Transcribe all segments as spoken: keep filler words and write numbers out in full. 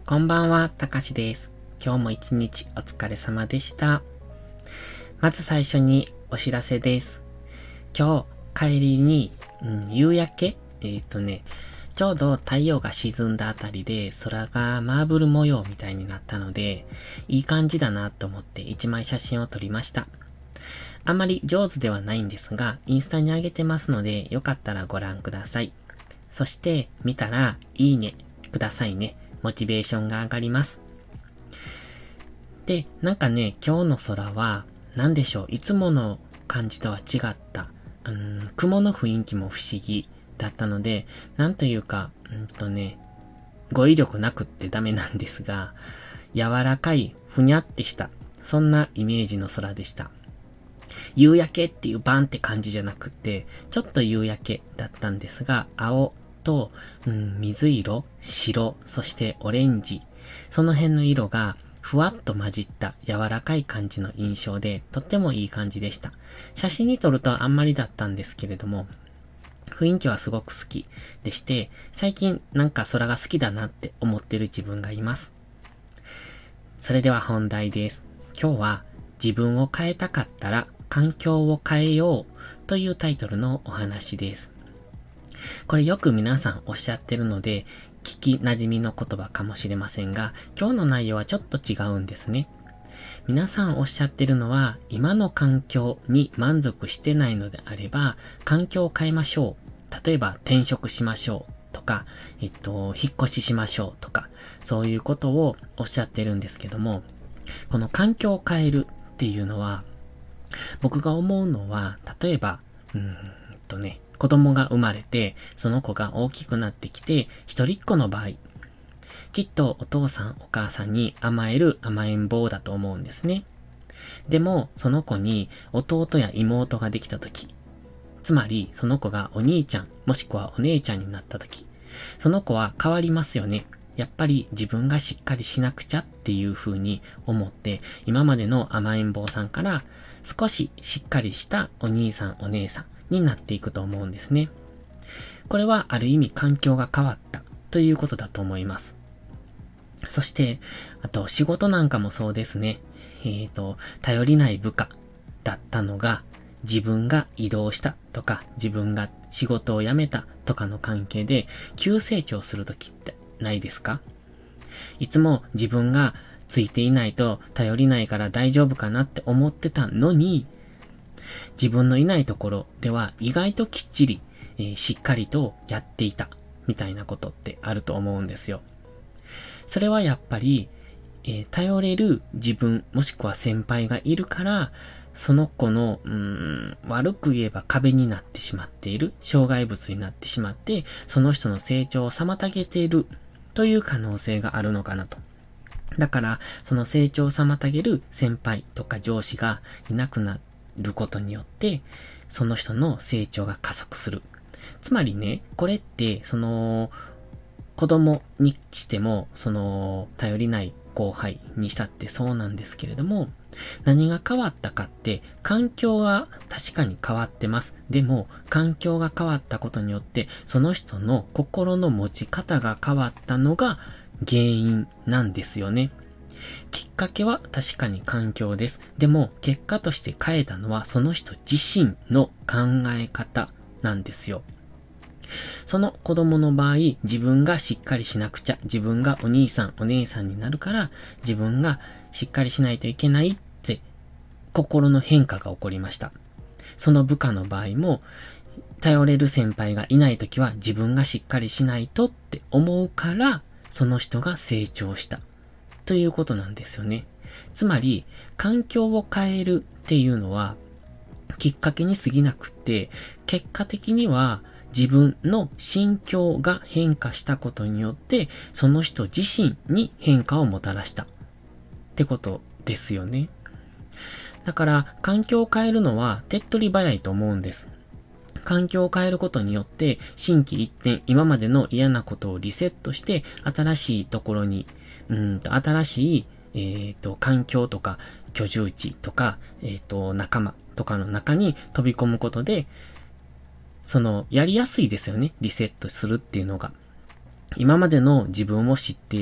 こんばんは、たかしです。今日も一日お疲れ様でした。まず最初にお知らせです。今日帰りに、うん、夕焼けえっとね、ちょうど太陽が沈んだあたりで空がマーブル模様みたいになったので、いい感じだなと思って一枚写真を撮りました。あんまり上手ではないんですが、インスタに上げてますので、よかったらご覧ください。そして見たらいいねくださいね。モチベーションが上がります。で、なんかね、今日の空は何でしょう、いつもの感じとは違った、うん、雲の雰囲気も不思議だったので、なんというか、うんとね、語彙力なくってダメなんですが、柔らかいふにゃってした、そんなイメージの空でした。夕焼けっていうバンって感じじゃなくって、ちょっと夕焼けだったんですが、青と、うん、水色、白、そしてオレンジ、その辺の色がふわっと混じった柔らかい感じの印象で、とってもいい感じでした。写真に撮るとあんまりだったんですけれども、雰囲気はすごく好きでして、最近なんか空が好きだなって思ってる自分がいます。それでは本題です。今日は自分を変えたかったら環境を変えようというタイトルのお話です。これよく皆さんおっしゃってるので、聞き馴染みの言葉かもしれませんが、今日の内容はちょっと違うんですね。皆さんおっしゃってるのは、今の環境に満足してないのであれば、環境を変えましょう。例えば転職しましょうとか、えっと、引っ越ししましょうとか、そういうことをおっしゃってるんですけども、この環境を変えるっていうのは、僕が思うのは、例えば、うーんとね、子供が生まれて、その子が大きくなってきて、一人っ子の場合、きっとお父さんお母さんに甘える甘えん坊だと思うんですね。でも、その子に弟や妹ができたとき、つまりその子がお兄ちゃん、もしくはお姉ちゃんになったとき、その子は変わりますよね。やっぱり自分がしっかりしなくちゃっていう風に思って、今までの甘えん坊さんから少ししっかりしたお兄さんお姉さんになっていくと思うんですね。これはある意味環境が変わったということだと思います。そして、あと仕事なんかもそうですね。えっと、頼りない部下だったのが自分が移動したとか自分が仕事を辞めたとかの関係で急成長するときってないですか？いつも自分がついていないと頼りないから大丈夫かなって思ってたのに、自分のいないところでは意外ときっちり、えー、しっかりとやっていたみたいなことってあると思うんですよ。それはやっぱり、えー、頼れる自分もしくは先輩がいるから、その子のうーん悪く言えば壁になってしまっている、障害物になってしまって、その人の成長を妨げているという可能性があるのかなと。だから、その成長を妨げる先輩とか上司がいなくなることによって、その人の成長が加速する。つまりね、これって、その、子供にしても、その、頼りない後輩にしたってそうなんですけれども、何が変わったかって、環境は確かに変わってます。でも、環境が変わったことによって、その人の心の持ち方が変わったのが原因なんですよね。きっかけは確かに環境です。でも、結果として変えたのはその人自身の考え方なんですよ。その子供の場合、自分がしっかりしなくちゃ、自分がお兄さんお姉さんになるから、自分がしっかりしないといけないって心の変化が起こりました。その部下の場合も、頼れる先輩がいないときは自分がしっかりしないとって思うから、その人が成長したということなんですよね。つまり、環境を変えるっていうのはきっかけに過ぎなくって、結果的には自分の心境が変化したことによって、その人自身に変化をもたらしたってことですよね。だから、環境を変えるのは手っ取り早いと思うんです。環境を変えることによって、心機一転、今までの嫌なことをリセットして、新しいところに、うーんと、新しい、えーと、環境とか、居住地とか、えーと、仲間とかの中に飛び込むことで、その、やりやすいですよね。リセットするっていうのが。今までの自分を知って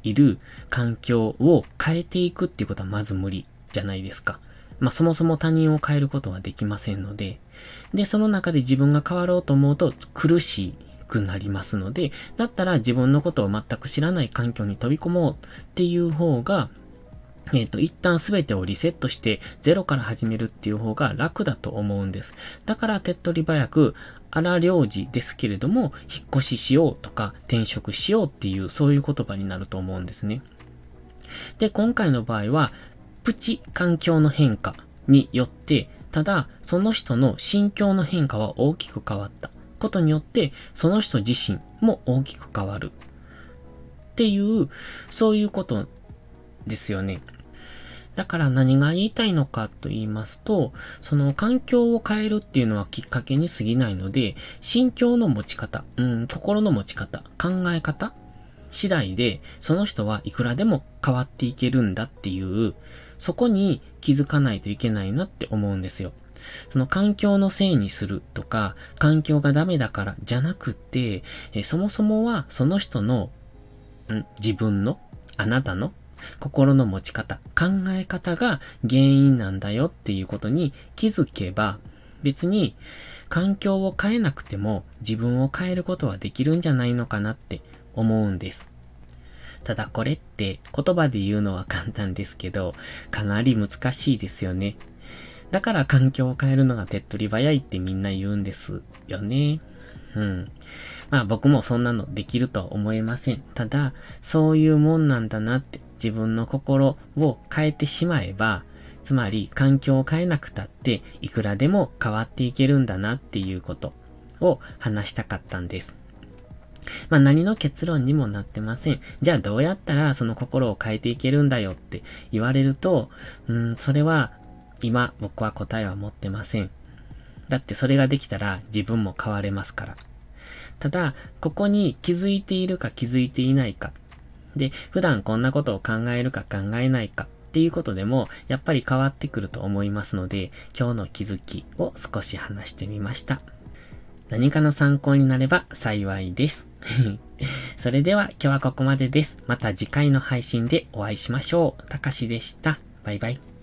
いる環境を変えていくっていうことはまず無理じゃないですか。まあそもそも他人を変えることはできませんので、で、その中で自分が変わろうと思うと苦しくなりますので、だったら自分のことを全く知らない環境に飛び込もうっていう方が、えっと、一旦すべてをリセットしてゼロから始めるっていう方が楽だと思うんです。だから手っ取り早く、荒領事ですけれども、引っ越ししようとか転職しようっていうそういう言葉になると思うんですね。で、今回の場合は、プチ環境の変化によって、ただ、その人の心境の変化は大きく変わったことによって、その人自身も大きく変わる。っていう、そういうことですよね。だから何が言いたいのかと言いますと、その環境を変えるっていうのはきっかけに過ぎないので、心境の持ち方、うん、心の持ち方、考え方次第で、その人はいくらでも変わっていけるんだっていう、そこに気づかないといけないなって思うんですよ。その環境のせいにするとか、環境がダメだからじゃなくって、えそもそもはその人の、ん、自分の、あなたの、心の持ち方、考え方が原因なんだよっていうことに気づけば、別に環境を変えなくても自分を変えることはできるんじゃないのかなって思うんです。ただこれって言葉で言うのは簡単ですけど、かなり難しいですよね。だから環境を変えるのが手っ取り早いってみんな言うんですよね。うん。まあ僕もそんなのできるとは思えません。ただ、そういうもんなんだなって自分の心を変えてしまえば、つまり環境を変えなくたっていくらでも変わっていけるんだなっていうことを話したかったんです。まあ何の結論にもなってません。じゃあどうやったらその心を変えていけるんだよって言われると、うーん、それは今僕は答えは持ってません。だってそれができたら自分も変われますから。ただ、ここに気づいているか気づいていないか。で、普段こんなことを考えるか考えないかっていうことでも、やっぱり変わってくると思いますので、今日の気づきを少し話してみました。何かの参考になれば幸いです。それでは今日はここまでです。また次回の配信でお会いしましょう。たかしでした。バイバイ。